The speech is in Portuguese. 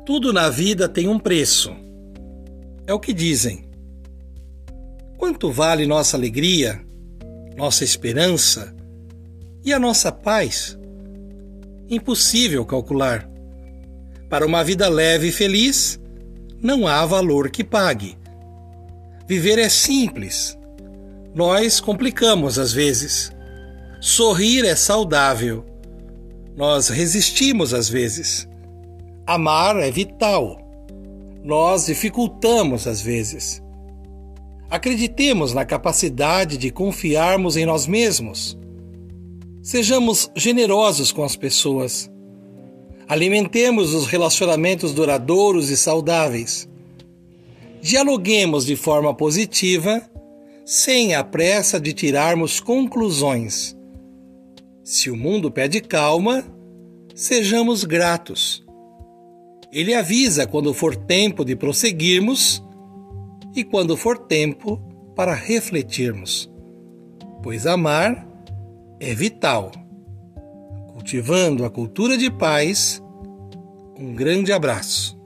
Tudo na vida tem um preço. É o que dizem. Quanto vale nossa alegria, nossa esperança e a nossa paz? Impossível calcular. Para uma vida leve e feliz, não há valor que pague. Viver é simples. Nós complicamos às vezes. Sorrir é saudável. Nós resistimos às vezes. Amar é vital. Nós dificultamos às vezes. Acreditemos na capacidade de confiarmos em nós mesmos. Sejamos generosos com as pessoas. Alimentemos os relacionamentos duradouros e saudáveis. Dialoguemos de forma positiva, sem a pressa de tirarmos conclusões. Se o mundo pede calma, sejamos gratos. Ele avisa quando for tempo de prosseguirmos e quando for tempo para refletirmos, pois amar é vital. Cultivando a cultura de paz, um grande abraço.